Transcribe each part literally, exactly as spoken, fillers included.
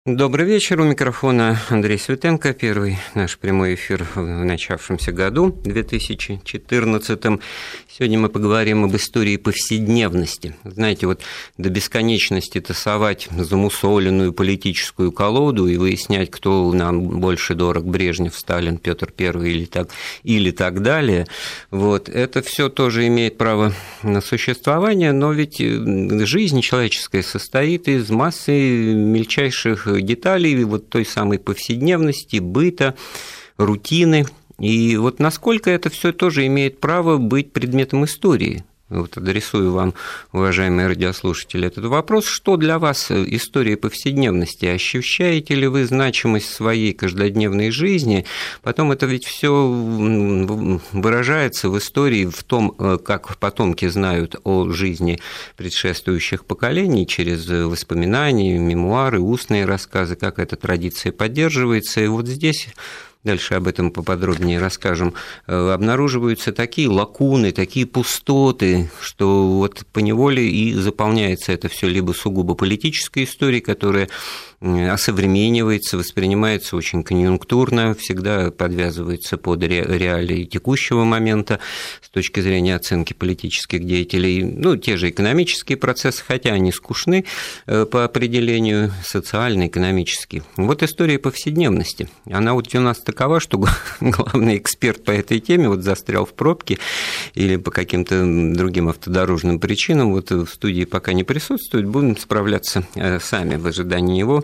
Добрый вечер. У микрофона Андрей Светенко. Первый наш прямой эфир в начавшемся году, две тысячи четырнадцатом. Сегодня мы поговорим об истории повседневности. Знаете, вот до бесконечности тасовать замусоленную политическую колоду и выяснять, кто нам больше дорог, Брежнев, Сталин, Петр Первый или так, или так далее, вот, это все тоже имеет право на существование, но ведь жизнь человеческая состоит из массы мельчайших деталей вот той самой повседневности, быта, рутины. И вот насколько это все тоже имеет право быть предметом истории? Вот адресую вам, уважаемые радиослушатели, этот вопрос. Что для вас история повседневности? Ощущаете ли вы значимость своей каждодневной жизни? Потом это ведь все выражается в истории, в том, как потомки знают о жизни предшествующих поколений через воспоминания, мемуары, устные рассказы, как эта традиция поддерживается. И вот здесь... Дальше об этом поподробнее расскажем. Обнаруживаются такие лакуны, такие пустоты, что вот поневоле и заполняется это все либо сугубо политической историей, которая осовременивается, воспринимается очень конъюнктурно, всегда подвязывается под реалии текущего момента с точки зрения оценки политических деятелей. Ну, те же экономические процессы, хотя они скучны по определению, социально-экономические. Вот история повседневности. Она вот у нас такова, что главный эксперт по этой теме вот застрял в пробке или по каким-то другим автодорожным причинам, вот в студии пока не присутствует, будем справляться сами в ожидании него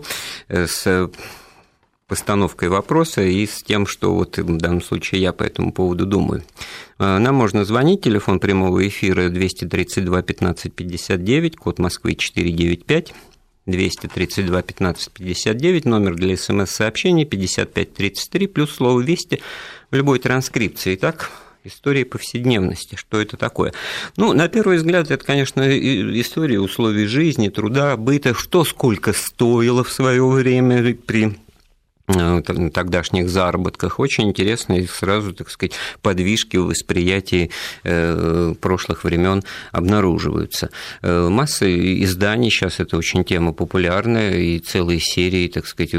с постановкой вопроса и с тем, что вот в данном случае я по этому поводу думаю. Нам можно звонить, телефон прямого эфира двести тридцать два пятнадцать пятьдесят девять, код Москвы четыреста девяносто пять, двести тридцать два пятнадцать пятьдесят девять, номер для смс-сообщений пятьдесят пять тридцать три, плюс слово «Вести» в любой транскрипции. Итак, история повседневности. Что это такое? Ну, на первый взгляд, это, конечно, история условий жизни, труда, быта, что сколько стоило в свое время при тогдашних заработках. Очень интересно, и сразу, так сказать, подвижки в восприятии прошлых времен обнаруживаются. Масса изданий, сейчас это очень тема популярная, и целые серии, так сказать,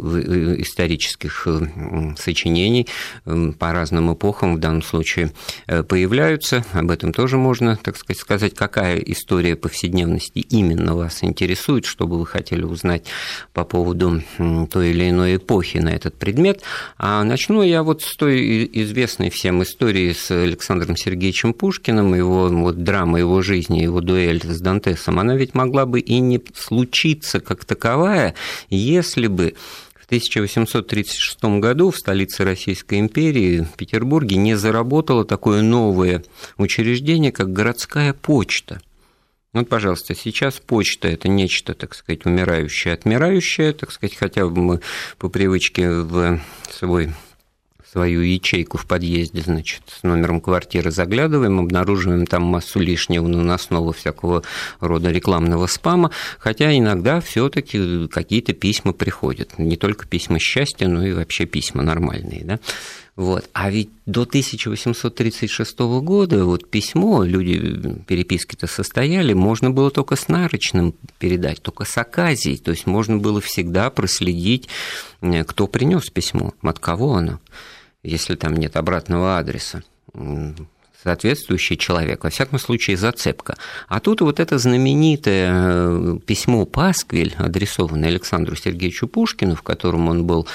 исторических сочинений по разным эпохам в данном случае появляются. Об этом тоже можно, так сказать, сказать, какая история повседневности именно вас интересует, что бы вы хотели узнать по поводу той или иной эпохи на этот предмет. А начну я вот с той известной всем истории с Александром Сергеевичем Пушкиным, его вот драма его жизни, его дуэль с Дантесом. Она ведь могла бы и не случиться как таковая, если бы в тысяча восемьсот тридцать шестом году в столице Российской империи, в Петербурге, не заработало такое новое учреждение, как городская почта. Вот, пожалуйста, сейчас почта – это нечто, так сказать, умирающее, отмирающее, так сказать, хотя бы мы по привычке в свой, в свою ячейку в подъезде, значит, с номером квартиры заглядываем, обнаруживаем там массу лишнего наносного всякого рода рекламного спама, хотя иногда все-таки какие-то письма приходят, не только письма счастья, но и вообще письма нормальные, да. Вот. А ведь до тысяча восемьсот тридцать шестого года вот письмо, люди, переписки-то состояли, можно было только с нарочным передать, только с оказией, то есть можно было всегда проследить, кто принес письмо, от кого оно, если там нет обратного адреса. Соответствующий человек, во всяком случае, зацепка. А тут вот это знаменитое письмо «Пасквиль», адресованное Александру Сергеевичу Пушкину, в котором он был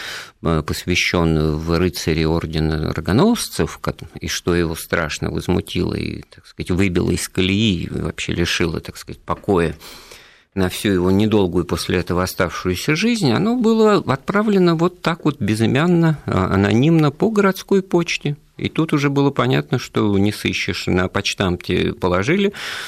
посвящен в рыцари ордена рогоносцев, и что его страшно возмутило и, так сказать, выбило из колеи, и вообще лишило, так сказать, покоя на всю его недолгую после этого оставшуюся жизнь, оно было отправлено вот так вот безымянно, анонимно по городской почте. И тут уже было понятно, что не сыщешь. На почтамте положили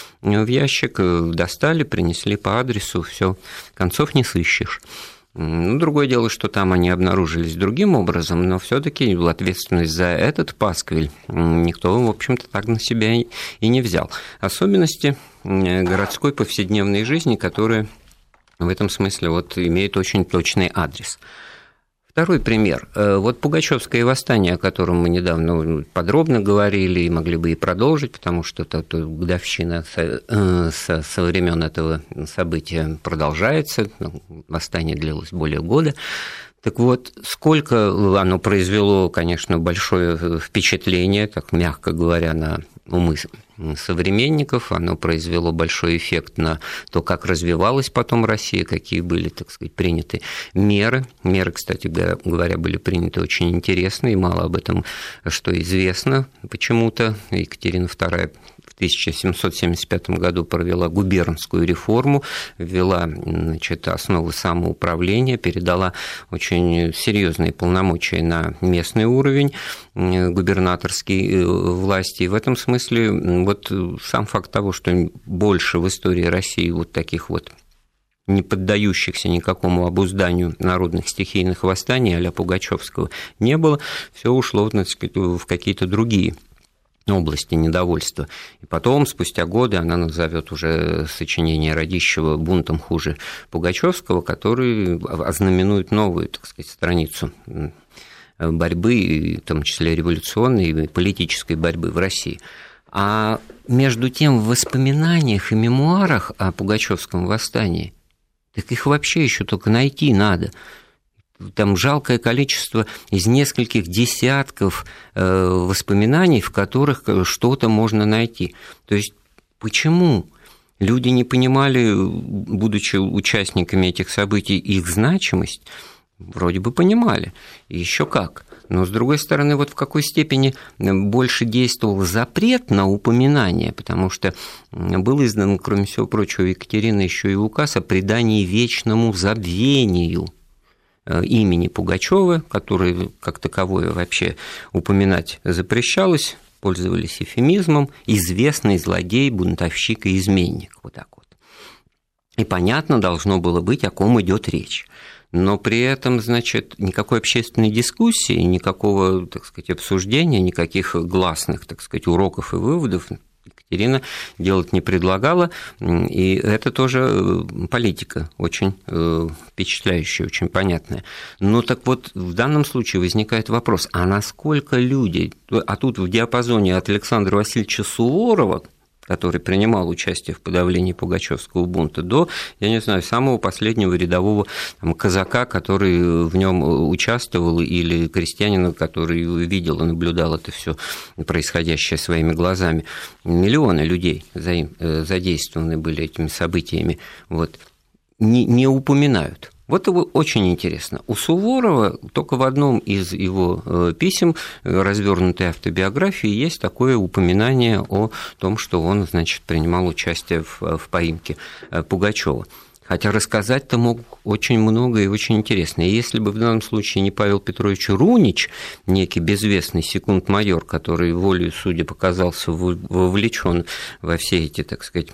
в ящик, достали, принесли по адресу, все, концов не сыщешь. Ну, другое дело, что там они обнаружились другим образом, но все-таки ответственность за этот пасквиль никто, в общем-то, так на себя и не взял. Особенности городской повседневной жизни, которая в этом смысле вот имеет очень точный адрес. В Второй пример. Вот Пугачевское восстание, о котором мы недавно подробно говорили, и могли бы и продолжить, потому что это годовщина со, со, со времен этого события продолжается. Восстание длилось более года. Так вот, сколько оно произвело, конечно, большое впечатление, так мягко говоря, на умы современников, оно произвело большой эффект на то, как развивалась потом Россия, какие были, так сказать, приняты меры. Меры, кстати говоря, были приняты очень интересные, и мало об этом что известно почему-то. Екатерина вторая в тысяча семьсот семьдесят пятом году провела губернскую реформу, ввела, значит, основы самоуправления, передала очень серьезные полномочия на местный уровень губернаторской власти. И в этом смысле вот сам факт того, что больше в истории России вот таких вот не поддающихся никакому обузданию народных стихийных восстаний а-ля Пугачевского не было, все ушло, так сказать, в какие-то другие области недовольства. И потом, спустя годы, она назовет уже сочинение Радищева «Бунтом хуже Пугачевского», который ознаменует новую, так сказать, страницу борьбы, в том числе революционной и политической борьбы в России. А между тем в воспоминаниях и мемуарах о Пугачевском восстании, так их вообще еще только найти надо. Там жалкое количество из нескольких десятков воспоминаний, в которых что-то можно найти. То есть почему люди не понимали, будучи участниками этих событий, их значимость? Вроде бы понимали, и еще как. Но, с другой стороны, вот в какой степени больше действовал запрет на упоминание, потому что был издан, кроме всего прочего, Екатерины еще и указ о предании вечному забвению имени Пугачёва, который как таковое вообще упоминать запрещалось, пользовались эвфемизмом «известный злодей, бунтовщик и изменник». Вот так вот. И понятно должно было быть, о ком идет речь. Но при этом, значит, никакой общественной дискуссии, никакого, так сказать, обсуждения, никаких гласных, так сказать, уроков и выводов Екатерина делать не предлагала, и это тоже политика очень впечатляющая, очень понятная. Но так вот, в данном случае возникает вопрос, а насколько люди, а тут в диапазоне от Александра Васильевича Суворова, который принимал участие в подавлении Пугачевского бунта, до, я не знаю, самого последнего рядового там, казака, который в нем участвовал, или крестьянина, который видел и наблюдал это все происходящее своими глазами. Миллионы людей задействованы были этими событиями, вот, не, не упоминают. Вот его очень интересно. У Суворова только в одном из его писем, развернутой автобиографии, есть такое упоминание о том, что он, значит, принимал участие в, в поимке Пугачёва. Хотя рассказать-то мог очень много и очень интересно. И если бы в данном случае не Павел Петрович Рунич, некий безвестный секунд-майор, который волею судеб оказался вовлечен во все эти, так сказать,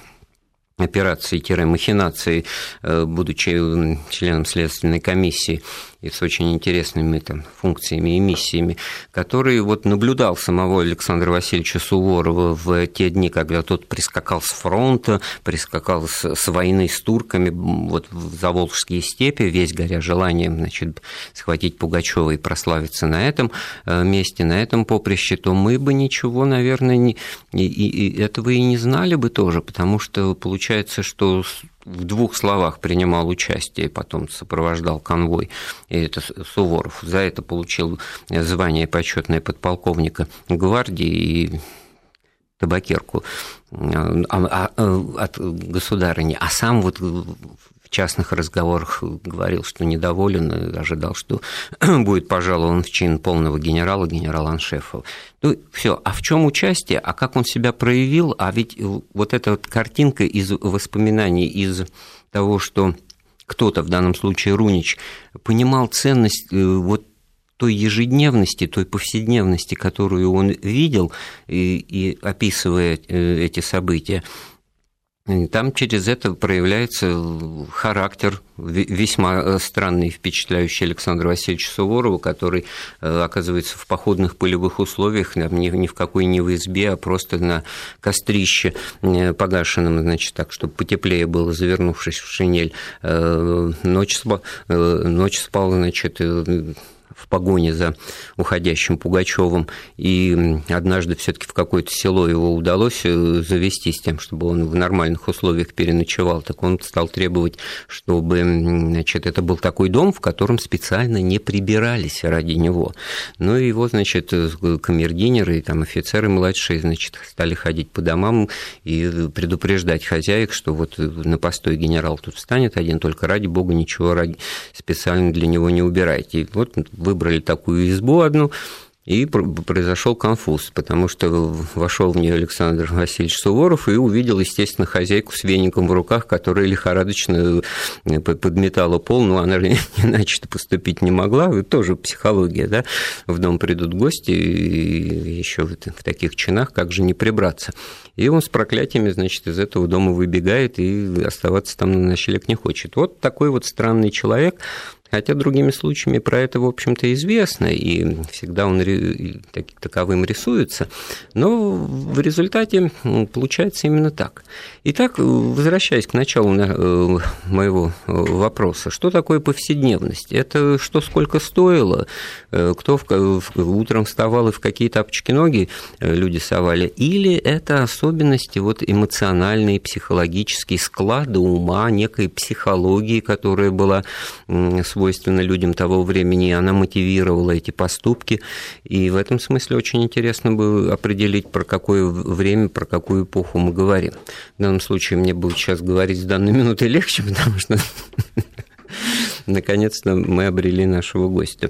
операции-махинации, будучи членом Следственной комиссии и с очень интересными там функциями и миссиями, который вот наблюдал самого Александра Васильевича Суворова в те дни, когда тот прискакал с фронта, прискакал с, с войны с турками вот в Заволжские степи, весь горя желанием, значит, схватить Пугачёва и прославиться на этом месте, на этом поприще, то мы бы ничего, наверное, не, и, и этого и не знали бы тоже, потому что получается, что в двух словах принимал участие, потом сопровождал конвой, и это Суворов. За это получил звание почетное подполковника гвардии и табакерку от государыни. А сам вот в частных разговорах говорил, что недоволен, ожидал, что будет пожалован в чин полного генерала, генерал-аншефа. Ну, все. А в чем участие? А как он себя проявил? А ведь вот эта вот картинка из воспоминаний, из того, что кто-то, в данном случае Рунич, понимал ценность вот той ежедневности, той повседневности, которую он видел, и, и описывая эти события, Там через это проявляется характер весьма странный и впечатляющий Александра Васильевича Суворова, который оказывается в походных полевых условиях, ни в какой не в избе, а просто на кострище погашенном, значит, так, чтобы потеплее было, завернувшись в шинель. Ночь спал, ночь спал, значит, в погоне за уходящим Пугачевым, и однажды все-таки в какое-то село его удалось завести с тем, чтобы он в нормальных условиях переночевал, так он стал требовать, чтобы, значит, это был такой дом, в котором специально не прибирались ради него. Ну и его, значит, камердинеры и там офицеры младшие, значит, стали ходить по домам и предупреждать хозяек, что вот на постой генерал тут встанет один, только ради бога ничего специально для него не убирайте. И вот выбрали такую избу одну, и произошел конфуз, потому что вошел в нее Александр Васильевич Суворов и увидел, естественно, хозяйку с веником в руках, которая лихорадочно подметала пол, но она же иначе-то поступить не могла, тоже психология, да, в дом придут гости, и еще в таких чинах, как же не прибраться. И он с проклятиями, значит, из этого дома выбегает и оставаться там на ночлег не хочет. Вот такой вот странный человек. Хотя другими случаями про это, в общем-то, известно, и всегда он таковым рисуется, но в результате получается именно так. Итак, возвращаясь к началу моего вопроса, что такое повседневность? Это что сколько стоило? Кто утром вставал и в какие тапочки ноги люди совали? Или это особенности вот эмоциональные, психологические, склады ума, некой психологии, которая была свойственно людям того времени, и она мотивировала эти поступки. И в этом смысле очень интересно было определить, про какое время, про какую эпоху мы говорим. В данном случае мне будет сейчас говорить с данной минуты легче, потому что наконец-то мы обрели нашего гостя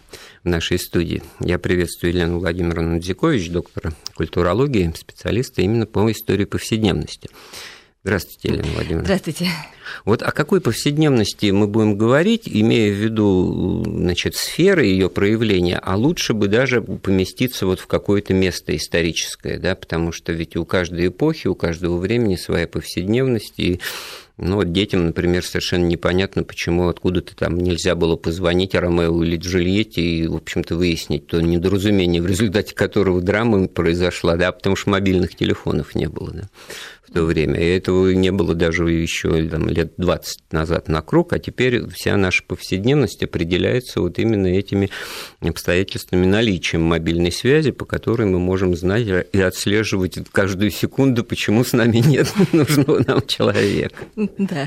в нашей студии. Я приветствую Елену Владимировну Дзикович, доктора культурологии, специалиста именно по истории повседневности. Здравствуйте, Елена Владимировна. Здравствуйте. Вот о какой повседневности мы будем говорить, имея в виду, значит, сферы ее проявления, а лучше бы даже поместиться вот в какое-то место историческое, да, потому что ведь у каждой эпохи, у каждого времени своя повседневность, и ну, вот детям, например, совершенно непонятно, почему откуда-то там нельзя было позвонить Ромео или Джульетте и, в общем-то, выяснить то недоразумение, в результате которого драма произошла, да, потому что мобильных телефонов не было, да, в то время. И этого не было даже еще там, лет двадцать назад на круг, а теперь вся наша повседневность определяется вот именно этими обстоятельствами, наличием мобильной связи, по которой мы можем знать и отслеживать каждую секунду, почему с нами нет нужного нам человека. Да.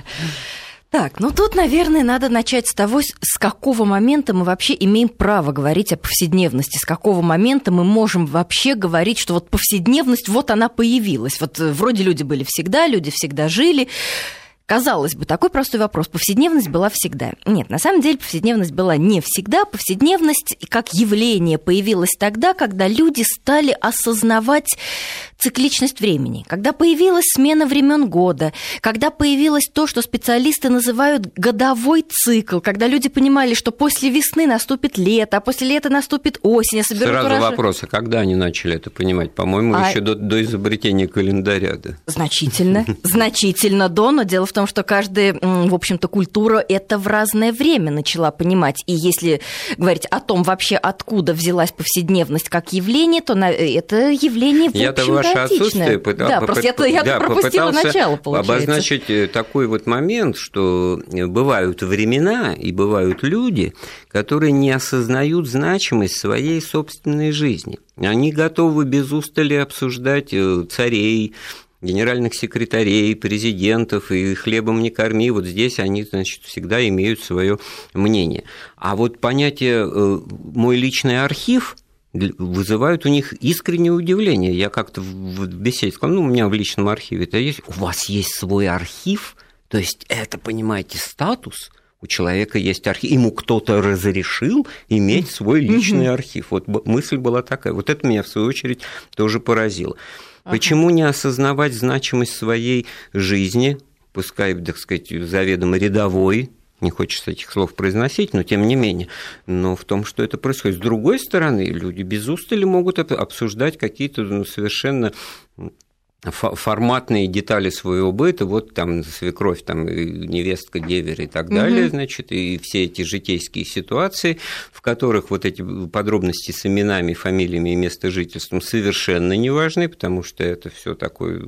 Так, ну тут, наверное, надо начать с того, с какого момента мы вообще имеем право говорить о повседневности, с какого момента мы можем вообще говорить, что вот повседневность, вот она появилась. Вот вроде люди были всегда, люди всегда жили. Казалось бы, такой простой вопрос. Повседневность была всегда. Нет, на самом деле повседневность была не всегда. Повседневность как явление появилась тогда, когда люди стали осознавать цикличность времени, когда появилась смена времен года, когда появилось то, что специалисты называют годовой цикл, когда люди понимали, что после весны наступит лето, а после лета наступит осень. Сразу урожай. Вопрос, а когда они начали это понимать? По-моему, а... еще до, до изобретения календаря. Да? Значительно, значительно до, но дело в том, что каждая, в общем-то, культура это в разное время начала понимать. И если говорить о том вообще, откуда взялась повседневность как явление, то это явление, в общем-то, ваше отсутствие пытал, да, просто я, я да, пропустила начало, получается. Обозначить такой вот момент, что бывают времена и бывают люди, которые не осознают значимость своей собственной жизни. Они готовы без устали обсуждать царей, генеральных секретарей, президентов, и хлебом не корми, вот здесь они, значит, всегда имеют свое мнение. А вот понятие «мой личный архив» вызывают у них искреннее удивление. Я как-то в беседе сказал, ну, у меня в личном архиве это есть. У вас есть свой архив? То есть это, понимаете, статус? У человека есть архив, ему кто-то разрешил иметь свой личный архив. Вот мысль была такая. Вот это меня, в свою очередь, тоже поразило. Почему не осознавать значимость своей жизни, пускай, так сказать, заведомо рядовой, не хочется этих слов произносить, но тем не менее, но в том, что это происходит. С другой стороны, люди без устали могут обсуждать какие-то ну, совершенно форматные детали своего быта, вот там свекровь, там невестка, деверь и так далее, угу. значит, и все эти житейские ситуации, в которых вот эти подробности с именами, фамилиями и местожительством совершенно не важны, потому что это все такое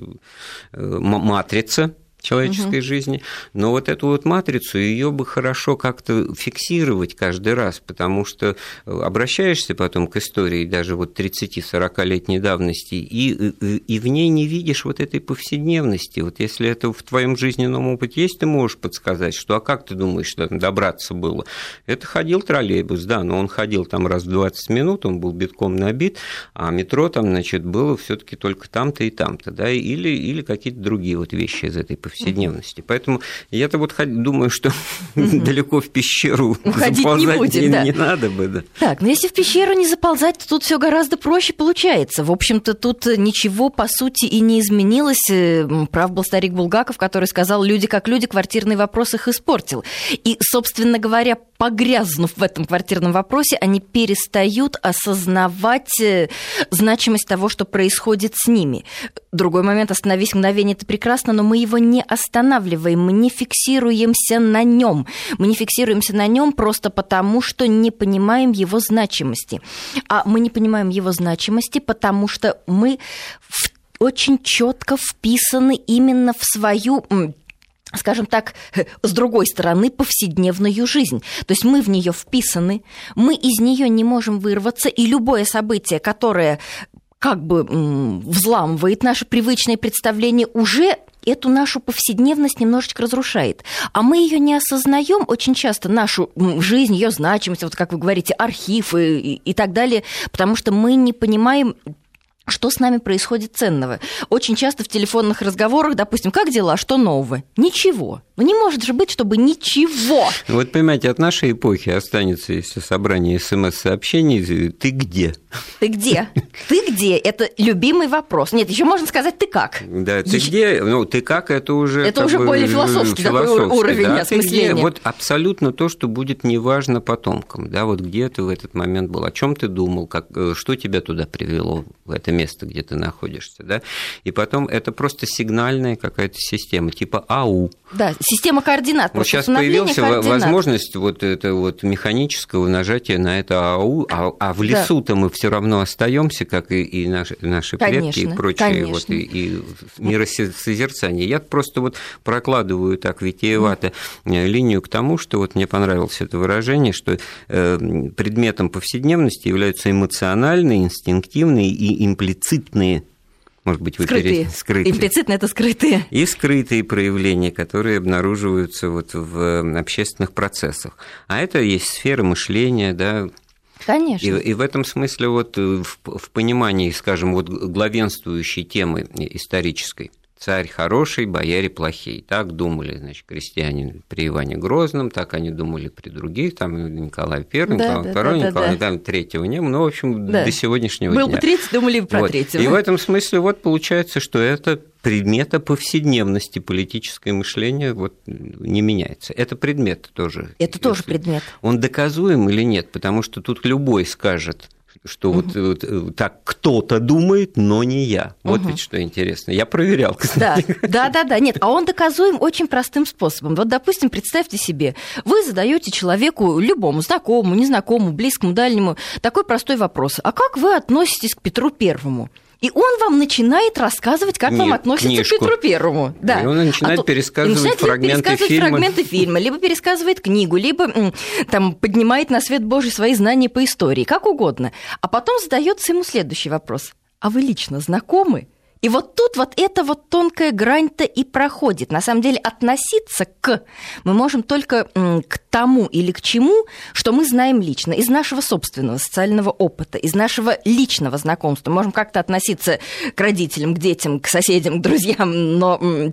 матрица человеческой угу. жизни, но вот эту вот матрицу, ее бы хорошо как-то фиксировать каждый раз, потому что обращаешься потом к истории даже вот тридцати-сорокалетней давности, и, и, и в ней не видишь вот этой повседневности. Вот если это в твоем жизненном опыте есть, ты можешь подсказать, что, а как ты думаешь, что там добраться было? Это ходил троллейбус, да, но он ходил там раз в двадцать минут, он был битком набит, а метро там, значит, было все-таки только там-то и там-то, да, или, или какие-то другие вот вещи из этой повседневности. Поэтому я-то вот думаю, что mm-hmm. далеко в пещеру уходить заползать не, будем, не, да. не надо бы. Да. Так, но если в пещеру не заползать, то тут все гораздо проще получается. В общем-то, тут ничего, по сути, и не изменилось. Прав был старик Булгаков, который сказал: люди как люди, квартирный вопрос их испортил. И, собственно говоря, погрязнув в этом квартирном вопросе, они перестают осознавать значимость того, что происходит с ними. Другой момент: остановись мгновение, это прекрасно, но мы его не останавливаем, мы не фиксируемся на нем. Мы не фиксируемся на нем просто потому, что не понимаем его значимости. А мы не понимаем его значимости, потому что мы в, очень четко вписаны именно в свою, скажем так, с другой стороны, повседневную жизнь. То есть мы в нее вписаны, мы из нее не можем вырваться, и любое событие, которое как бы взламывает наши привычные представления, уже эту нашу повседневность немножечко разрушает. А мы ее не осознаем очень часто, нашу жизнь, ее значимость, вот как вы говорите, архив и, и, и так далее, потому что мы не понимаем, что с нами происходит ценного. Очень часто в телефонных разговорах, допустим, как дела, что нового? Ничего. Ну не может же быть, чтобы ничего. Вот понимаете, от нашей эпохи останется, если собрание смс-сообщений, ты где? Ты где? Ты где? Это любимый вопрос. Нет, еще можно сказать, ты как? Да, ты еще... где? Ну, ты как, это уже... Это уже более философский, философский такой уровень да? осмысления. Где? Вот абсолютно то, что будет неважно потомкам. Да, вот где ты в этот момент был, о чем ты думал, как, что тебя туда привело, в это место, где ты находишься, да? И потом это просто сигнальная какая-то система, типа АУ. Да, система координат. Вот сейчас появилась возможность вот это вот механического нажатия на это АУ, а, а в лесу-то да. мы все равно остаемся, как и, и наши, наши предки, конечно, и прочие, вот, и, и миросозерцание. Я просто вот прокладываю так витиевато mm. линию к тому, что вот мне понравилось это выражение, что предметом повседневности являются эмоциональные, инстинктивные и имплицитные, может быть, вы скрытые. Перес... скрытые. Имплицитно это скрытые. И скрытые проявления, которые обнаруживаются вот в общественных процессах. А это есть сфера мышления, да. Конечно. И, и в этом смысле вот в, в понимании, скажем, вот главенствующей темы исторической. Царь хороший, бояре плохие. Так думали, значит, крестьяне при Иване Грозном, так они думали при других, там Николай Первый, да, Николай да, Второй, да, Николай, да. там третьего не было, ну, в общем, да. до сегодняшнего Был дня. Был бы третий, думали про вот. третьего. И в этом смысле вот получается, что это предмета повседневности, политическое мышление вот не меняется. Это предмет тоже. Это тоже предмет. Он доказуем или нет? Потому что тут любой скажет, что угу. вот, вот так кто-то думает, но не я. Вот угу. ведь что интересно. Я проверял, кстати. Да, да, да, да. Нет, а он доказуем очень простым способом. Вот, допустим, представьте себе, вы задаете человеку, любому, знакомому, незнакомому, близкому, дальнему, такой простой вопрос. А как вы относитесь к Петру Первому? И он вам начинает рассказывать, как Кни- вам относится книжку. к Петру Первому. Да. И он начинает а пересказывать, начинает фрагменты, пересказывать фильма. фрагменты фильма, либо пересказывает книгу, либо там, поднимает на свет Божий свои знания по истории, как угодно. А потом задается ему следующий вопрос. А вы лично знакомы? И вот тут вот эта вот тонкая грань-то и проходит. На самом деле относиться к мы можем только к тому или к чему, что мы знаем лично, из нашего собственного социального опыта, из нашего личного знакомства. Можем как-то относиться к родителям, к детям, к соседям, к друзьям, но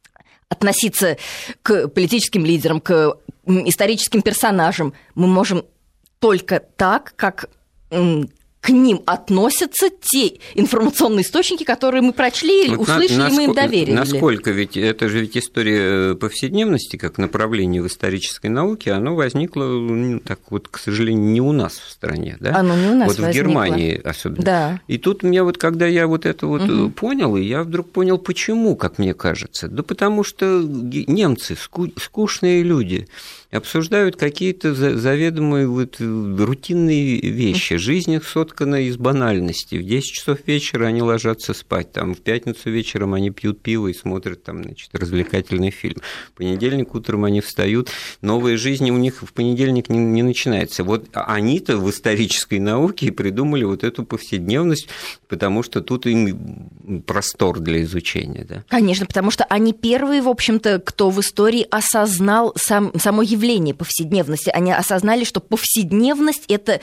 относиться к политическим лидерам, к историческим персонажам мы можем только так, как к ним относятся те информационные источники, которые мы прочли или вот услышали, на, и мы им доверили. Насколько ведь это же ведь история повседневности, как направление в исторической науке, оно возникло, ну, так вот, к сожалению, не у нас в стране, да? Оно не у нас вот возникло. В Германии особенно. Да. И тут меня вот, когда я вот это вот угу. понял, и я вдруг понял, почему, как мне кажется. Да потому что немцы скучные люди, обсуждают какие-то заведомые вот рутинные вещи. Жизнь их соткана из банальности. В десять часов вечера они ложатся спать, там, в пятницу вечером они пьют пиво и смотрят там, значит, развлекательный фильм. В понедельник утром они встают, новая жизнь у них в понедельник не, не начинается. Вот они-то в исторической науке и придумали вот эту повседневность, потому что тут им простор для изучения. Да? Конечно, потому что они первые, в общем-то, кто в истории осознал сам, само явление повседневности. Они осознали, что повседневность – это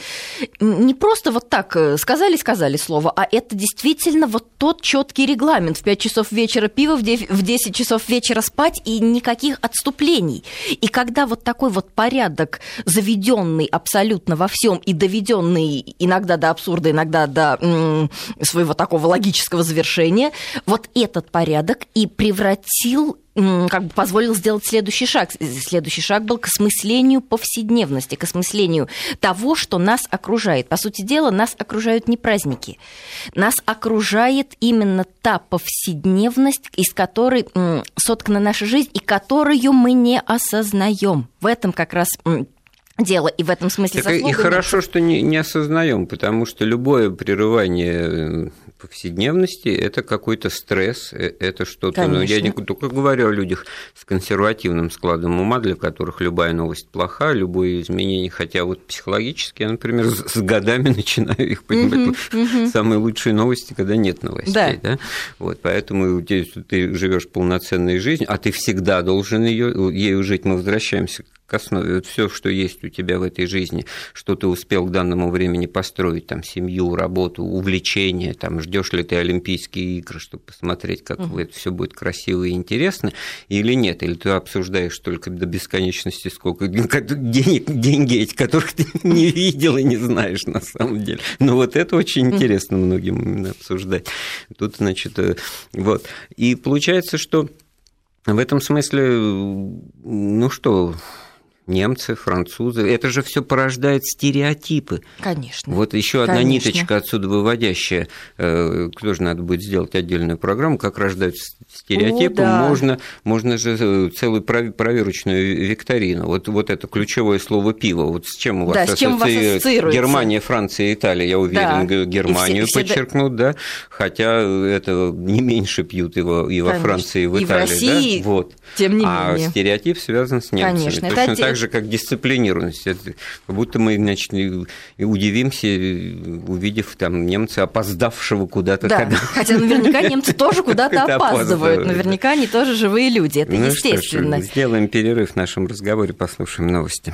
не просто вот так сказали-сказали слово, а это действительно вот тот четкий регламент. В пять часов вечера пиво, в десять часов вечера спать и никаких отступлений. И когда вот такой вот порядок, заведенный абсолютно во всем и доведенный иногда до абсурда, иногда до м- своего такого логического завершения, вот этот порядок и превратил, как бы позволил сделать следующий шаг. Следующий шаг был к осмыслению повседневности, к осмыслению того, что нас окружает. По сути дела, нас окружают не праздники. Нас окружает именно та повседневность, из которой соткана наша жизнь, и которую мы не осознаем. В этом как раз дело, и в этом смысле так и хорошо, что не, не осознаем, потому что любое прерывание повседневности – это какой-то стресс, это что-то… Ну, я не только говорю о людях с консервативным складом ума, для которых любая новость плоха, любое изменение, хотя вот психологически я, например, с годами начинаю их понимать. Uh-huh, uh-huh. Самые лучшие новости, когда нет новостей. Да. Да? Вот, поэтому ты, ты живешь полноценной жизнью, а ты всегда должен её, ею жить. Мы возвращаемся к основе. Вот все, что есть у тебя в этой жизни, что ты успел к данному времени построить, там, семью, работу, увлечение, там, ждешь ли ты Олимпийские игры, чтобы посмотреть, как uh-huh. это все будет красиво и интересно, или нет, или ты обсуждаешь только до бесконечности, сколько денег, деньги эти, которых ты не видел и не знаешь на самом деле. Но вот это очень интересно многим именно обсуждать. Тут, значит, вот. И получается, что в этом смысле, ну что, немцы, французы, это же все порождает стереотипы. Конечно. Вот еще одна Конечно. ниточка отсюда выводящая, тоже надо будет сделать отдельную программу, как рождаются стереотипы. О, да. можно, можно же целую проверочную викторину. Вот, вот это ключевое слово «пиво». Вот с чем у вас, да, ассоциируется? Германия, Франция, Италия, я уверен, да. Германию все, подчеркнут, все... да, хотя это не меньше пьют и во, и во Франции, и в и Италии. В России, да? Вот. Тем не а менее. Стереотип связан с немцами. Конечно, точно это так же, как дисциплинированность. Это, как будто мы, значит, удивимся, увидев там немца, опоздавшего куда-то. Да, когда... хотя наверняка немцы тоже куда-то опаздывают. Наверняка они тоже живые люди, это ну естественно. Что ж, сделаем перерыв в нашем разговоре, послушаем новости.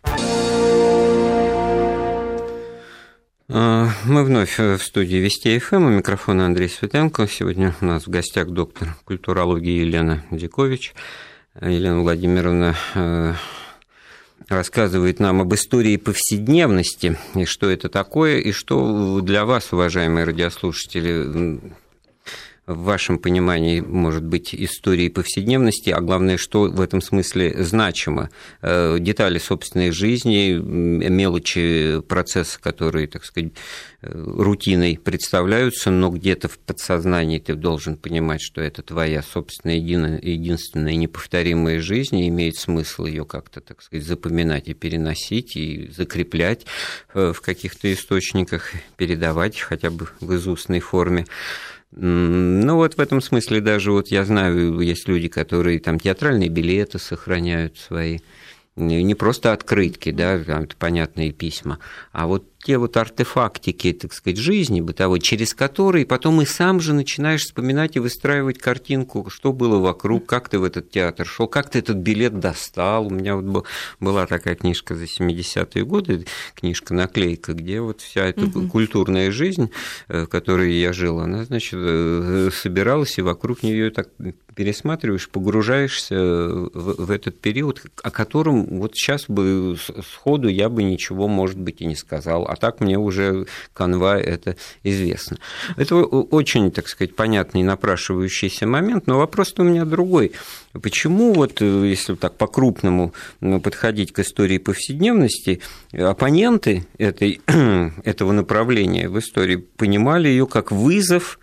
Мы вновь в студии Вести ФМ, у микрофона Андрей Светенко. Сегодня у нас в гостях доктор культурологии Елена Дьякович. Елена Владимировна рассказывает нам об истории повседневности, и что это такое, и что для вас, уважаемые радиослушатели, в вашем понимании может быть историей повседневности, а главное, что в этом смысле значимо. Детали собственной жизни, мелочи процесса, которые, так сказать, рутиной представляются, но где-то в подсознании ты должен понимать, что это твоя собственная единственная неповторимая жизнь, и имеет смысл ее как-то, так сказать, запоминать и переносить, и закреплять в каких-то источниках, передавать хотя бы в изустной форме. Ну, вот в этом смысле даже вот я знаю, есть люди, которые там театральные билеты сохраняют свои, не просто открытки, да, там понятные письма, а вот те вот артефактики, так сказать, жизни бытовой, через которые потом и сам же начинаешь вспоминать и выстраивать картинку, что было вокруг, как ты в этот театр шел, как ты этот билет достал. У меня вот была такая книжка за семидесятые годы, книжка-наклейка, где вот вся эта угу. культурная жизнь, в которой я жил, она, значит, собиралась, и вокруг нее так пересматриваешь, погружаешься в, в этот период, о котором вот сейчас бы сходу я бы ничего, может быть, и не сказал. а так мне уже канва это известно. Это очень, так сказать, понятный напрашивающийся момент, но вопрос-то у меня другой. Почему вот, если так по-крупному подходить к истории повседневности, оппоненты этой, этого направления в истории понимали ее как вызов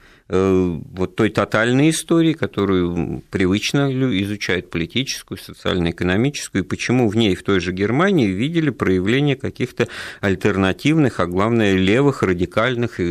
вот той тотальной истории, которую привычно изучают политическую, социально-экономическую, и почему в ней, в той же Германии, видели проявление каких-то альтернативных, а главное, левых, радикальных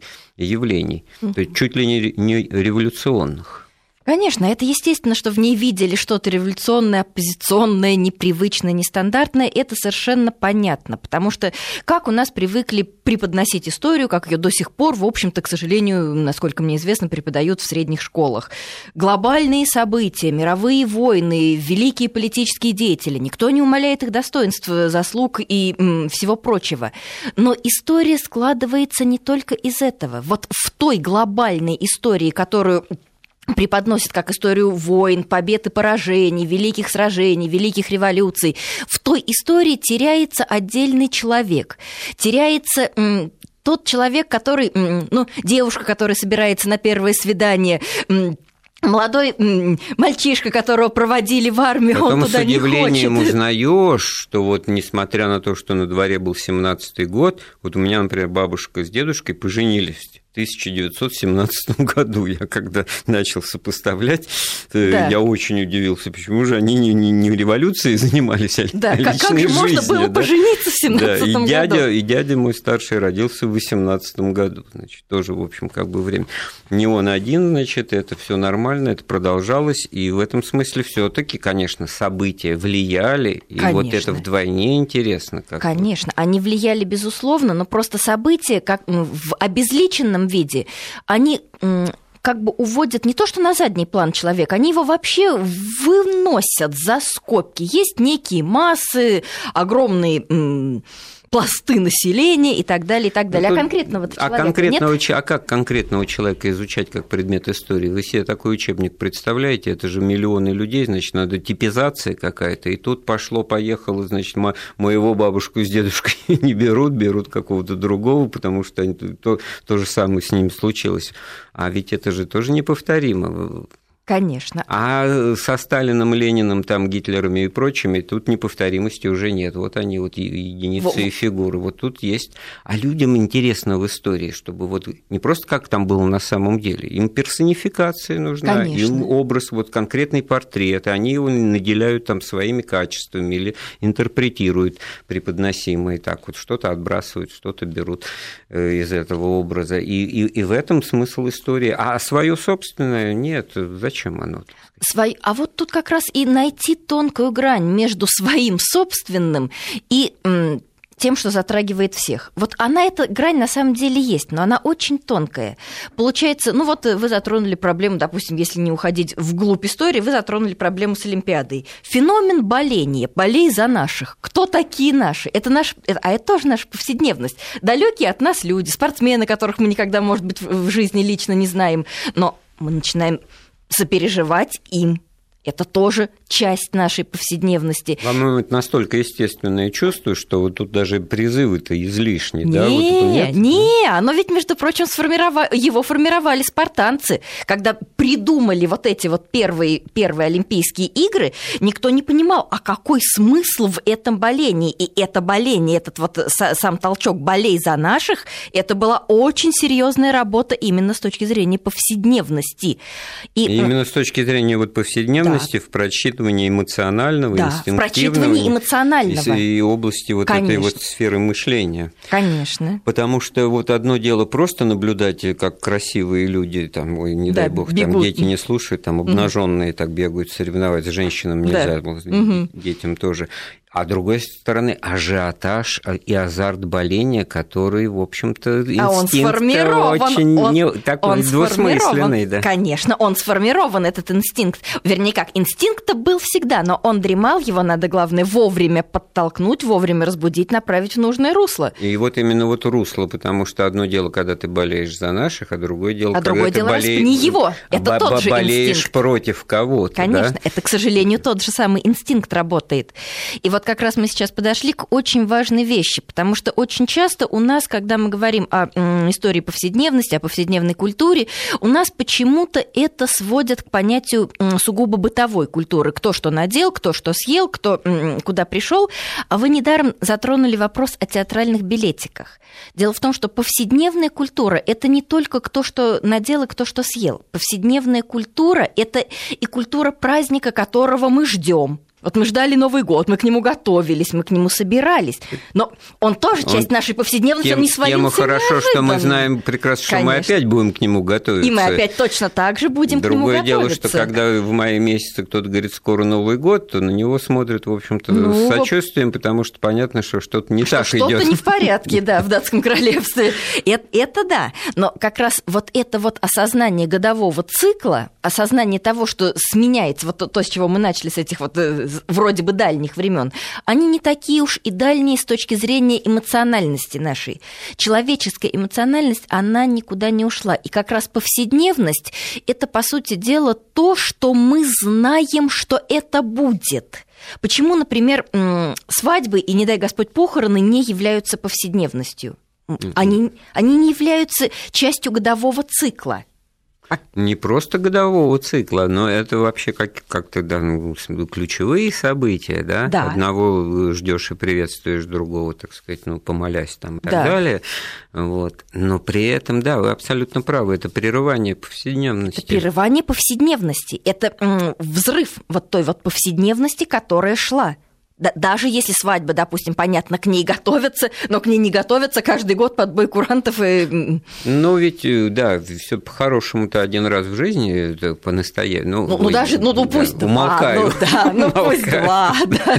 явлений, то есть чуть ли не революционных. Конечно, это естественно, что в ней видели что-то революционное, оппозиционное, непривычное, нестандартное. Это совершенно понятно, потому что как у нас привыкли преподносить историю, как ее до сих пор, в общем-то, к сожалению, насколько мне известно, преподают в средних школах. Глобальные события, мировые войны, великие политические деятели. Никто не умаляет их достоинств, заслуг и м, всего прочего. Но история складывается не только из этого. Вот в той глобальной истории, которую преподносит как историю войн, побед и поражений, великих сражений, великих революций, в той истории теряется отдельный человек, теряется м, тот человек, который, м, ну, девушка, которая собирается на первое свидание, м, молодой мальчишка, которого проводили в армию, Потом он туда не хочет. Потом с удивлением узнаешь, что вот несмотря на то, что на дворе был семнадцатый год, вот у меня, например, бабушка с дедушкой поженились в тысяча девятьсот семнадцатом году. Я когда начал сопоставлять, да. я очень удивился, почему же они не, не, не революцией занимались, а да, личной как же жизнью. можно было да? пожениться в семнадцатом да, и дядя, году? И дядя мой старший родился в восемнадцатом году. Значит, тоже, в общем, как бы время. Не он один, значит, это все нормально, это продолжалось, и в этом смысле все-таки, конечно, события влияли, и конечно. Вот это вдвойне интересно. Как конечно, они влияли, безусловно, но просто события, как в обезличенном виде, они как бы уводят не то что на задний план человека, они его вообще выносят за скобки. Есть некие массы, огромные пласты населения и так далее, и так далее. Ну, а конкретного а человека конкретного, нет? А как конкретного человека изучать как предмет истории? Вы себе такой учебник представляете? Это же миллионы людей, значит, надо типизация какая-то. И тут пошло-поехало, значит, мо- моего бабушку с дедушкой не берут, берут какого-то другого, потому что они, то, то же самое с ними случилось. А ведь это же тоже неповторимо. Конечно. А со Сталином, Лениным, там, Гитлерами и прочими тут неповторимости уже нет. Вот они вот единицы Во... и фигуры. Вот тут есть. А людям интересно в истории, чтобы вот не просто как там было на самом деле. Им персонификация нужна, Конечно. Им образ, вот конкретный портрет. Они его наделяют там своими качествами или интерпретируют преподносимые. Так вот что-то отбрасывают, что-то берут из этого образа. И, и, и в этом смысл истории. А свое собственное нет. Зачем? Зачем оно? Свой... А вот тут как раз и найти тонкую грань между своим собственным и м, тем, что затрагивает всех. Вот она, эта грань на самом деле есть, но она очень тонкая. Получается, ну вот вы затронули проблему, допустим, если не уходить вглубь истории, вы затронули проблему с Олимпиадой. Феномен боления, болей за наших. Кто такие наши? Это наш... А это тоже наша повседневность. Далекие от нас люди, спортсмены, которых мы никогда, может быть, в жизни лично не знаем, но мы начинаем сопереживать им. Это тоже часть нашей повседневности. По-моему, это настолько естественное чувство, что вот тут даже призывы-то излишни. Не, да? вот нет? не, оно ведь, между прочим, сформировали, его формировали спартанцы. Когда придумали вот эти вот первые, первые Олимпийские игры, никто не понимал, а какой смысл в этом болении. И это боление, этот вот сам толчок «болей за наших», это была очень серьезная работа именно с точки зрения повседневности. И... Именно с точки зрения вот повседневности, да. в прочитывании эмоционального, да, инстинктивного. В прочитывании эмоционального. И, и области вот Конечно. этой вот сферы мышления. Конечно. Потому что вот одно дело просто наблюдать, как красивые люди, там, ой, не да, дай бог, бегут. Там дети не слушают, там обнаженные угу. так бегают соревновать, с женщинам нельзя, да. угу. детям тоже. А с другой стороны, ажиотаж и азарт боления, который, в общем-то, инстинкт а он сформирован. очень он, не, такой он двусмысленный. Да. Конечно, он сформирован, этот инстинкт. Вернее, как, инстинкт-то был всегда, но он дремал, его надо, главное, вовремя подтолкнуть, вовремя разбудить, направить в нужное русло. И вот именно вот русло, потому что одно дело, когда ты болеешь за наших, а другое дело, а когда другое ты дело, болеешь... не его, это тот же болеешь инстинкт. Против кого-то. Конечно, да? это, к сожалению, тот же самый инстинкт работает. И вот вот как раз мы сейчас подошли к очень важной вещи, потому что очень часто у нас, когда мы говорим о истории повседневности, о повседневной культуре, у нас почему-то это сводят к понятию сугубо бытовой культуры. Кто что надел, кто что съел, кто куда пришел. А вы недаром затронули вопрос о театральных билетиках. Дело в том, что повседневная культура – это не только кто что надел и кто что съел. Повседневная культура – это и культура праздника, которого мы ждем. Вот мы ждали Новый год, мы к нему готовились, мы к нему собирались. Но он тоже часть он, нашей повседневности, тем, он не свалился тем хорошо, неожиданно. Что мы знаем прекрасно, что Конечно. мы опять будем к нему готовиться. И мы опять точно так же будем Другое к нему дело, готовиться. что когда в мае месяце кто-то говорит, скоро Новый год, то на него смотрят, в общем-то, ну, с сочувствием, потому что понятно, что что-то не что так что-то идет. Что-то не в порядке, да, в датском королевстве. Это, это да. Но как раз вот это вот осознание годового цикла, осознание того, что сменяется, вот то, то, с чего мы начали, с этих вот вроде бы дальних времен, они не такие уж и дальние с точки зрения эмоциональности нашей. Человеческая эмоциональность, она никуда не ушла. И как раз повседневность – это, по сути дела, то, что мы знаем, что это будет. Почему, например, свадьбы и, не дай Господь, похороны не являются повседневностью? Они, они не являются частью годового цикла. Не просто годового цикла, но это вообще как- как-то да, ну, ключевые события, да? Да. Одного ждешь и приветствуешь другого, так сказать, ну, помолясь там и так да. далее. Вот. Но при этом, да, вы абсолютно правы, это прерывание повседневности. Это прерывание повседневности, это м- взрыв вот той вот повседневности, которая шла. Даже если свадьба, допустим, понятно, к ней готовятся, но к ней не готовятся каждый год под бой курантов и... Ну, ведь, да, все по-хорошему-то один раз в жизни, это по-настоящему. Ну, ну, даже, ну, ну пусть да, два, умолкаю. ну, да, ну, пусть два, да.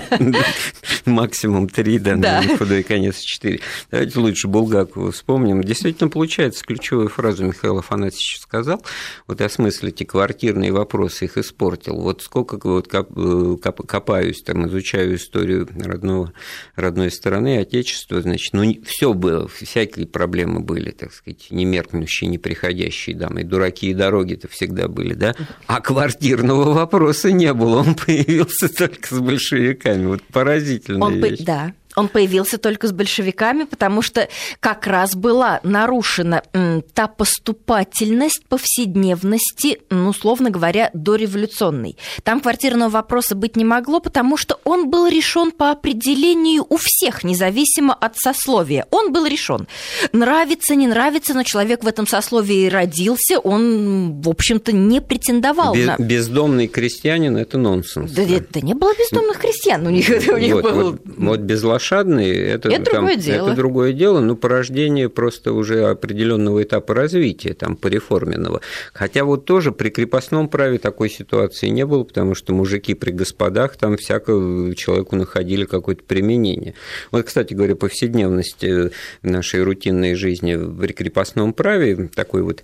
Максимум три, да, да. на худой конец четыре. Давайте лучше Булгакова вспомним. Действительно, получается, ключевую фразу Михаил Афанасьевич сказал, вот осмыслите квартирные вопросы, их испортил. Вот сколько вот копаюсь, там, изучаю историю родного, родной стороны, отечества, значит, ну, все было, всякие проблемы были, так сказать, не меркнущие, не приходящие, да, и дураки, и дороги-то всегда были, да, а квартирного вопроса не было, он появился только с большевиками, вот поразительная он вещь. По... Да. Он появился только с большевиками, потому что как раз была нарушена м, та поступательность повседневности, ну, условно говоря, дореволюционной. Там квартирного вопроса быть не могло, потому что он был решен по определению у всех, независимо от сословия. Он был решен. Нравится, не нравится, но человек в этом сословии родился, он, в общем-то, не претендовал Без, на... Бездомный крестьянин – это нонсенс. Да, да. да не было бездомных крестьян, у них, у них вот, был... Вот, вот безлошадный это, это, там, другое дело. это другое дело, но порождение просто уже определенного этапа развития, там, пореформенного. Хотя вот тоже при крепостном праве такой ситуации не было, потому что мужики при господах там всяко человеку находили какое-то применение. Вот, кстати говоря, повседневность нашей рутинной жизни при крепостном праве, такой вот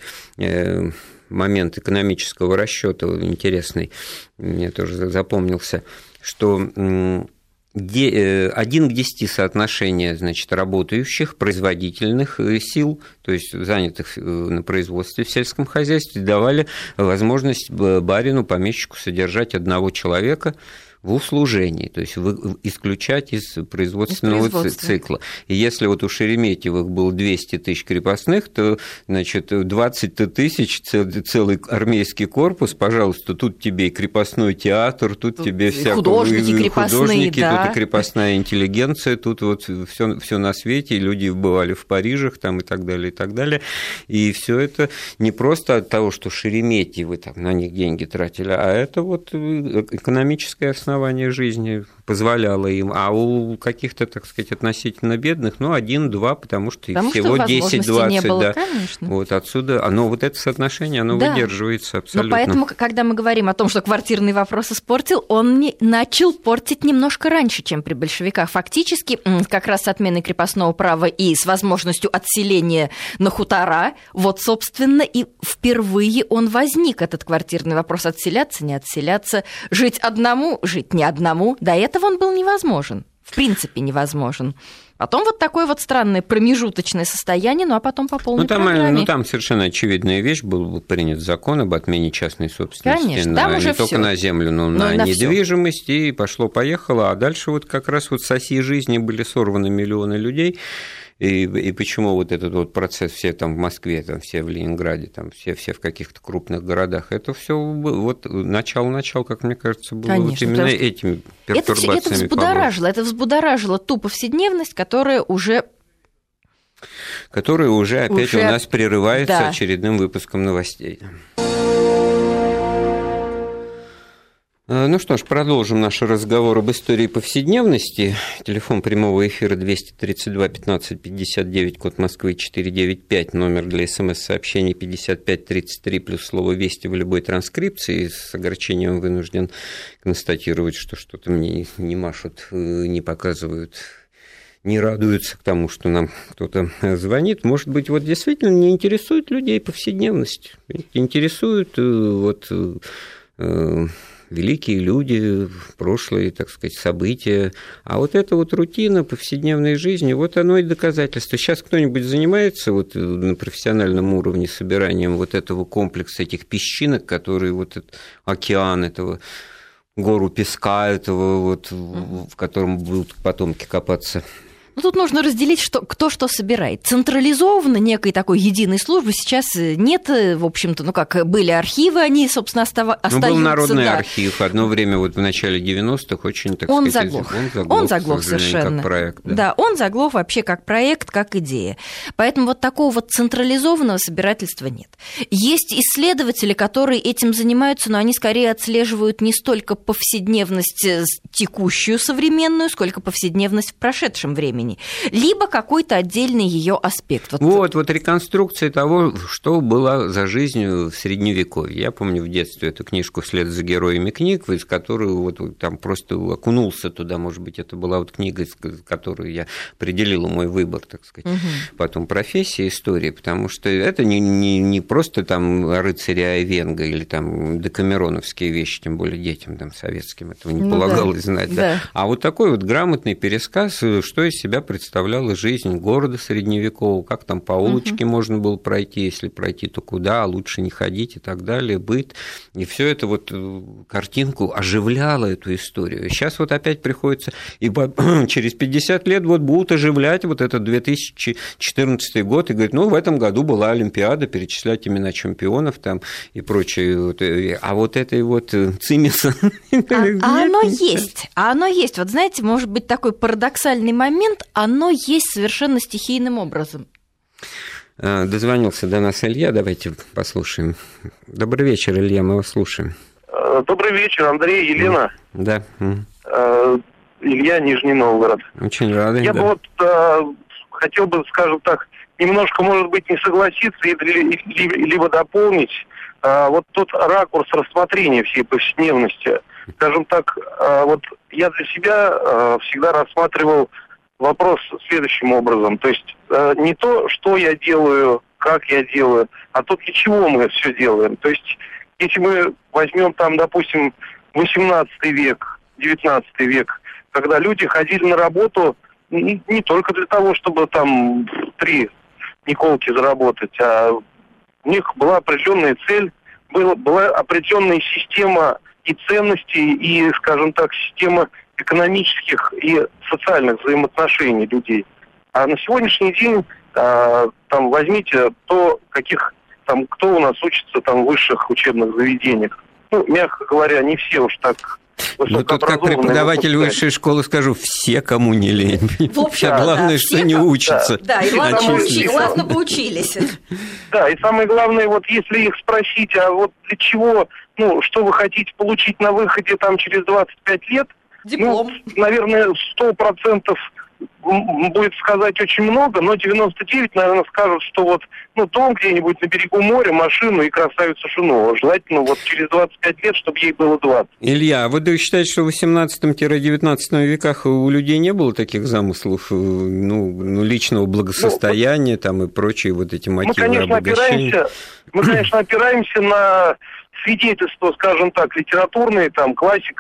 момент экономического расчета интересный, мне тоже запомнился, что один к десяти соотношение, значит, работающих, производительных сил, то есть занятых на производстве в сельском хозяйстве, давали возможность барину, помещику содержать одного человека в услужении, то есть исключать из производственного из цикла. И если вот у Шереметьевых было двести тысяч крепостных, то, значит, двадцать тысяч, целый армейский корпус, пожалуйста, тут тебе и крепостной театр, тут, тут тебе всякие художники крепостные, художники, да. Тут и крепостная интеллигенция, тут вот все, все на свете, и люди бывали в Парижах там и так далее, и так далее. И все это не просто от того, что Шереметьевы там на них деньги тратили, а это вот экономическое основание основание жизни позволяло им, а у каких-то, так сказать, относительно бедных, ну, один-два, потому что потому всего десять-двадцать, да. Конечно. Вот отсюда, оно вот это соотношение, оно да. выдерживается абсолютно. Но поэтому, когда мы говорим о том, что квартирный вопрос испортил, он не начал портить немножко раньше, чем при большевиках. Фактически, как раз с отменой крепостного права и с возможностью отселения на хутора, вот, собственно, и впервые он возник, этот квартирный вопрос: отселяться, не отселяться, жить одному, жить не одному. До этого он был невозможен. в принципе невозможен. Потом вот такое вот странное промежуточное состояние, ну а потом по полной ну, там, программе. Ну там совершенно очевидная вещь, был принят закон об отмене частной собственности. Конечно, на, там уже не только всё. на землю, но, но на, на, на недвижимость, всё. И пошло-поехало. А дальше вот как раз вот с оси жизни были сорваны миллионы людей. И, и почему вот этот вот процесс, все там в Москве, там все в Ленинграде, там все, все в каких-то крупных городах, это все вот начало-начало, как мне кажется, было Конечно, вот именно этими пертурбациями. Это, это взбудоражило, это взбудоражило ту повседневность, которая уже... Которая уже опять уже... у нас прерывается да. очередным выпуском новостей. Ну что ж, продолжим наш разговор об истории повседневности. Телефон прямого эфира двести тридцать два пятнадцать пятьдесят девять, код Москвы четыреста девяносто пять, номер для смс-сообщений пятьдесят пять тридцать три, плюс слово «Вести» в любой транскрипции. С огорчением вынужден констатировать, что что-то мне не машут, не показывают, не радуются к тому, что нам кто-то звонит. Может быть, вот действительно не интересует людей повседневность, интересует вот... великие люди, прошлые, так сказать, события. А вот эта вот рутина повседневной жизни, вот оно и доказательство. Сейчас кто-нибудь занимается вот на профессиональном уровне собиранием вот этого комплекса, этих песчинок, которые вот этот океан этого, гору песка этого, вот, в котором будут потомки копаться? Ну, тут нужно разделить, что, кто что собирает. Централизованно некой такой единой службы сейчас нет, в общем-то, ну как, были архивы, они, собственно, остав... остаются. Ну, был народный да. архив. Одно время, вот в начале девяностых, очень, так он сказать... Заглох. Он заглох. Он заглох совершенно. Как проект. Да. да, он заглох вообще как проект, как идея. Поэтому вот такого вот централизованного собирательства нет. Есть исследователи, которые этим занимаются, но они скорее отслеживают не столько повседневность текущую, современную, сколько повседневность в прошедшем времени. Либо какой-то отдельный ее аспект. Вот, вот, вот реконструкция того, что было за жизнью в Средневековье. Я помню в детстве эту книжку «Вслед за героями книг», из которой вот там просто окунулся туда, может быть, это была вот книга, которую я определила мой выбор, так сказать, угу. потом профессия, история, потому что это не, не, не просто там рыцари Айвенго или там декамероновские вещи, тем более детям там советским этого не ну полагалось да. знать, да. Да. а вот такой вот грамотный пересказ, что из себя представляла жизнь города средневекового, как там по улочке угу. можно было пройти, если пройти, то куда, а лучше не ходить и так далее, быт. И все это вот картинку оживляло эту историю. Сейчас вот опять приходится, и через пятьдесят лет вот будут оживлять вот этот две тысячи четырнадцатый год и говорить, ну, в этом году была Олимпиада, перечислять имена чемпионов там и прочее. А вот этой вот цимиса... А, а оно есть, а оно есть. Вот знаете, может быть такой парадоксальный момент, оно есть совершенно стихийным образом. Дозвонился до нас Илья, давайте послушаем. Добрый вечер, Илья, мы вас слушаем. Добрый вечер, Андрей, Елена. Да. Илья, Нижний Новгород. Очень рады. Я да. бы вот э, хотел бы, скажем так, немножко, может быть, не согласиться, либо дополнить э, вот тот ракурс рассмотрения всей повседневности. Скажем так, э, вот я для себя э, всегда рассматривал вопрос следующим образом. То есть э, не то, что я делаю, как я делаю, а то, для чего мы все делаем. То есть если мы возьмем там, допустим, восемнадцатый век, девятнадцатый век, когда люди ходили на работу не, не только для того, чтобы там три николки заработать, а у них была определенная цель, была, была определенная система и ценностей, и, скажем так, система экономических и социальных взаимоотношений людей. А на сегодняшний день а, там возьмите то, каких там кто у нас учится там в высших учебных заведениях. Ну, мягко говоря, не все уж так. Ну, тут как преподаватель высшей школы скажу, все, кому не лень. В общем, да, главное, да, что не кому... учатся. Да, да, и ладно, поучи, ладно поучились. Да, и самое главное, вот если их спросить, а вот для чего, ну, что вы хотите получить на выходе там через двадцать пять лет, диплом. Ну, наверное, сто процентов будет сказать очень много, но девяносто девять, наверное, скажут, что вот, ну, дом где-нибудь на берегу моря, машину и красавицу жену. Желательно вот через двадцать пять лет, чтобы ей было двадцать. Илья, а вы считаете, что в восемнадцатом-девятнадцатом веках у людей не было таких замыслов, ну, ну личного благосостояния, ну, там и прочие вот эти мотивы мы, конечно, обогащения? Опираемся, мы, конечно, опираемся на свидетельства, скажем так, литературные, там, классиков,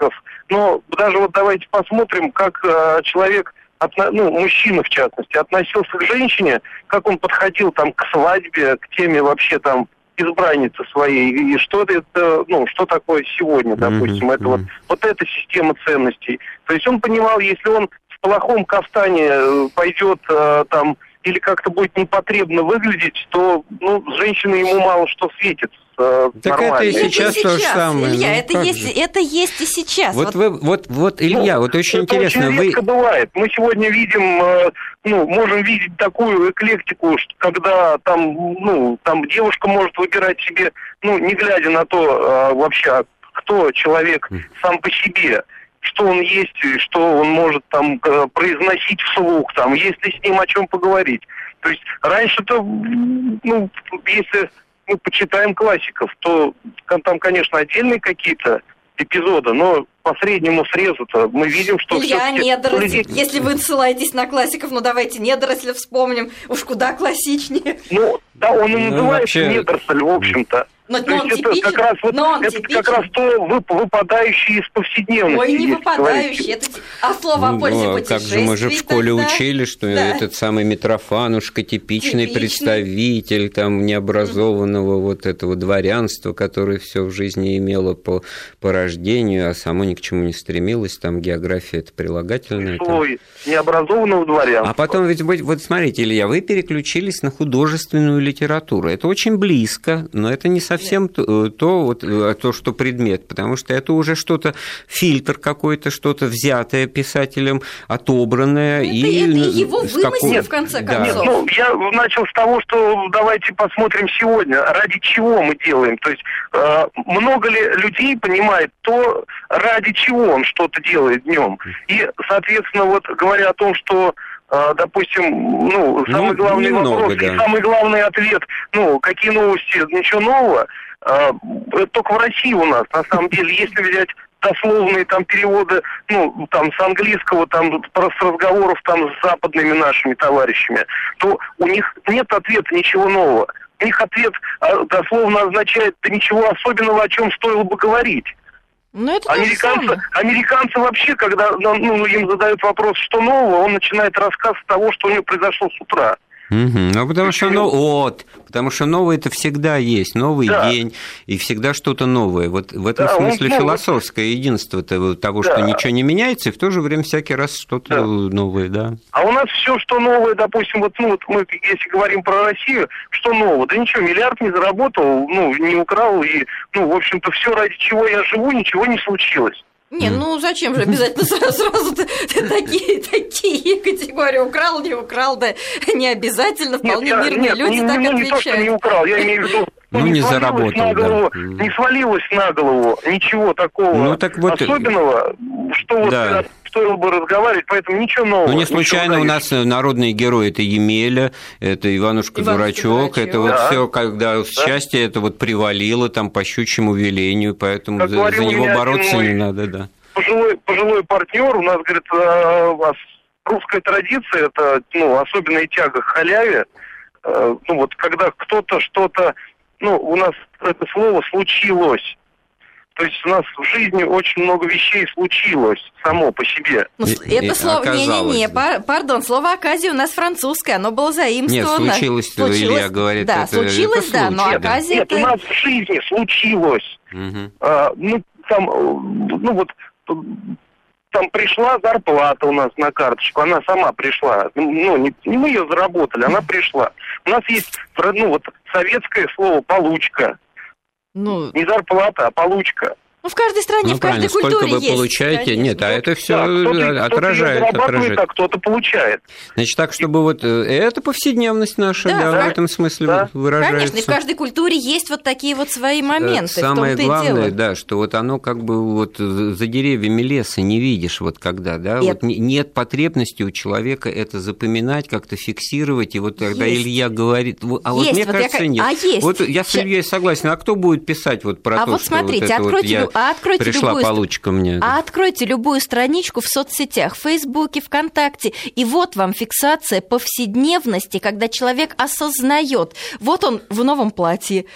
Но даже вот давайте посмотрим, как э, человек, отно, ну, мужчина в частности, относился к женщине, как он подходил там к свадьбе, к теме вообще там избранницы своей, и что это, ну, что такое сегодня, допустим, mm-hmm. это вот, вот эта система ценностей. То есть он понимал, если он в плохом кафтане пойдет э, там, или как-то будет непотребно выглядеть, то, ну, с женщиной ему мало что светит. Так нормально. Это и сейчас, это то же самое. Илья, ну, это, есть, это есть и сейчас. Вот, вот. Вы, вот, вот Илья, ну, вот очень это интересно. Очень редко вы... бывает. Мы сегодня видим, ну, можем видеть такую эклектику, когда там, ну, там девушка может выбирать себе, ну, не глядя на то вообще, кто человек сам по себе, что он есть, что он может там произносить вслух, там, есть ли с ним о чем поговорить. То есть раньше-то, ну, если мы почитаем классиков, то там, конечно, отдельные какие-то эпизоды, но по среднему срезу-то мы видим, что... Илья, недоросль, если вы ссылаетесь на классиков, ну давайте недоросль вспомним, уж куда классичнее. Ну, да, он и ну, называется вообще... недоросль, в общем-то. Но, то но есть он это как раз, вот, это типичен. как раз то выпадающее из повседневности. Ой, не выпадающее, это... а слово о пользе ну, путешествий. Как же мы же в школе тогда... учили, что да. этот самый Митрофанушка, типичный, типичный представитель там необразованного mm-hmm. вот этого дворянства, которое все в жизни имело по, по рождению, а само ни к чему не стремилось, там география это прилагательное. Слой там... необразованного дворянства. А потом ведь, вот смотрите, Илья, вы переключились на художественную литературу. Это очень близко, но это не совсем то, то, вот, то, что предмет, потому что это уже что-то, фильтр какой-то, что-то взятое писателем, отобранное. Это, и это его вымысел, какого... в конце да. концов. Нет, ну, я начал с того, что давайте посмотрим сегодня, ради чего мы делаем. То есть э, много ли людей понимает то, ради чего он что-то делает днем. И, соответственно, вот говоря о том, что допустим, ну, самый ну, главный немного, вопрос, да. и самый главный ответ, ну, какие новости, ничего нового, это только в России у нас, на самом деле, если взять дословные там переводы, ну, там, с английского, там, с разговоров там с западными нашими товарищами, то у них нет ответа ничего нового. У них ответ дословно означает, да ничего особенного, о чем стоило бы говорить. Ну, это американцы, американцы вообще, когда ну, им задают вопрос, что нового, он начинает рассказ с того, что у него произошло с утра. Угу. Ну, потому что, ну, вот, потому что новое это всегда есть, новый да. день, и всегда что-то новое. Вот в этом да, смысле он, философское ну, единство того, да. что ничего не меняется, и в то же время всякий раз что-то да. новое, да. А у нас все, что новое, допустим, вот, ну, вот мы, если говорим про Россию, что нового? Да ничего, миллиард не заработал, ну, не украл, и, ну, в общем-то, все, ради чего я живу, ничего не случилось. Не, ну зачем же обязательно сразу такие, такие категории украл, не украл, да не обязательно, вполне нет, мирные нет, люди не, так не, отвечают. Не то, что не украл, я имею в виду, ну, не, не заработал, голову, да. Не свалилось на голову ничего такого ну, так вот, особенного, что да. вот стоило бы разговаривать, поэтому ничего нового. Ну, не случайно у нас народные герои, это Емеля, это Иванушка-дурачок, это да. вот все, когда да. счастье это вот привалило там по щучьему велению, поэтому как за, за него бороться не надо, да. Пожилой, пожилой партнер у нас, говорит, а, русская традиция, это, ну, особенная тяга к халяве, ну, вот, когда кто-то что-то, ну, у нас это слово «случилось». То есть у нас в жизни очень много вещей случилось само по себе. Ну, это и, слово... Не-не-не, да. пардон, слово «оказия» у нас французское, оно было заимствовано. Нет, случилось, случилось Илья говорит. Да, это, случилось, это да, случай, но оказия... Нет, это... у нас в жизни случилось. Угу. А, ну, там, ну, вот... Там пришла зарплата у нас на карточку, она сама пришла. Ну, не, не мы ее заработали, она пришла. У нас есть, ну, вот советское слово «получка». Ну... Не зарплата, а получка. Ну, в каждой стране, ну, в каждой культуре сколько вы есть, получаете? конечно. Нет, а это все да, кто-то, отражает. Кто-то отражает. А кто-то получает. Значит, так, чтобы вот это повседневность наша, да, да, да. в этом смысле да. выражается. Конечно, и в каждой культуре есть вот такие вот свои моменты. Самое в том-то главное, и дело. да, что вот оно как бы вот за деревьями леса не видишь вот когда, да, и вот это... нет потребности у человека это запоминать, как-то фиксировать, и вот когда есть. Илья говорит, а вот есть, мне вот кажется, я... нет. А есть. Вот я с Ильей согласен, а кто будет писать вот про а то, вот что смотрите, вот это откройте, вот я а откройте пришла получка мне. А откройте любую страничку в соцсетях, в Фейсбуке, ВКонтакте, и вот вам фиксация повседневности, когда человек осознает, вот он в новом платье,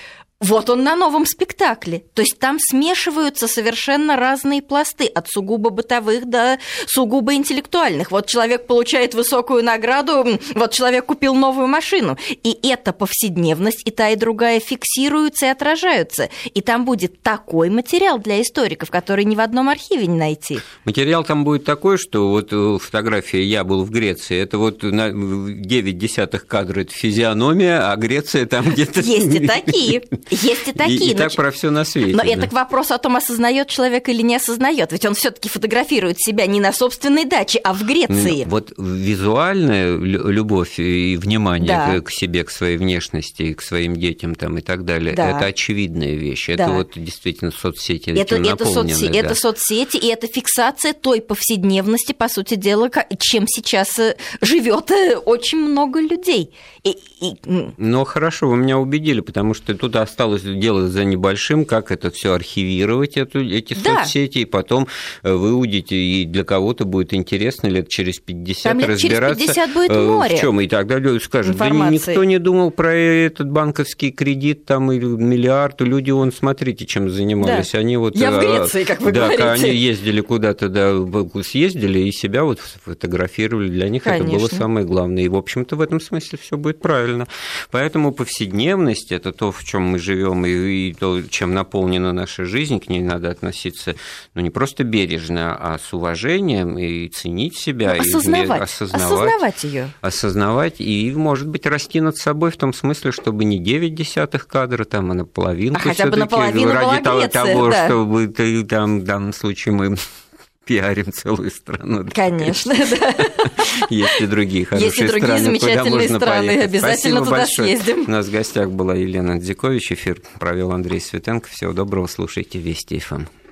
Вот он на новом спектакле. То есть там смешиваются совершенно разные пласты, от сугубо бытовых до сугубо интеллектуальных. Вот человек получает высокую награду, вот человек купил новую машину. И эта повседневность, и та, и другая фиксируются и отражаются. И там будет такой материал для историков, который ни в одном архиве не найти. Материал там будет такой, что вот фотография «Я был в Греции», это вот на девять десятых кадра это физиономия, а Греция там где-то... Есть и такие. Есть и такие. И, и так про все на свете. Но да. это к вопросу о том, осознает человек или не осознает. Ведь он все-таки фотографирует себя не на собственной даче, а в Греции. Вот визуальная любовь и внимание да. к себе, к своей внешности, к своим детям там, и так далее, да. это очевидная вещь. Это да. вот действительно соцсети это, этим это, соцсети, да. это соцсети, и это фиксация той повседневности, по сути дела, чем сейчас живет очень много людей. И, и... Но хорошо, вы меня убедили, потому что тут осталось дело за небольшим, как это все архивировать, эту, эти да. соцсети, и потом выудить, и для кого-то будет интересно лет через пятьдесят Там лет разбираться, через пятьдесят будет море в чем, и тогда люди скажут, да никто не думал про этот банковский кредит там, или миллиард, люди, вон, смотрите, чем занимались. Да. Они вот, Я в Греции, как вы да, говорите. они ездили куда-то, да, съездили, и себя вот фотографировали, для них Конечно. Это было самое главное, и, в общем-то, в этом смысле все будет правильно. Поэтому повседневность – это то, в чем мы живем, и, и то, чем наполнена наша жизнь, к ней надо относиться, ну, не просто бережно, а с уважением, и ценить себя, ну, осознавать, и осознавать, осознавать ее. Осознавать, и, может быть, расти над собой в том смысле, чтобы не девять десятых кадра, там, а наполовину, а хотя бы наполовину ради была Греция, того, да. чтобы ты, там, в данном случае мы пиарим целую страну. Конечно, да. Есть и другие хорошие страны. Есть и другие страны, замечательные страны, поехать. Обязательно Спасибо туда большое. съездим. У нас в гостях была Елена Дзикович, эфир провел Андрей Светенко. Всего доброго, слушайте Вести эф эм.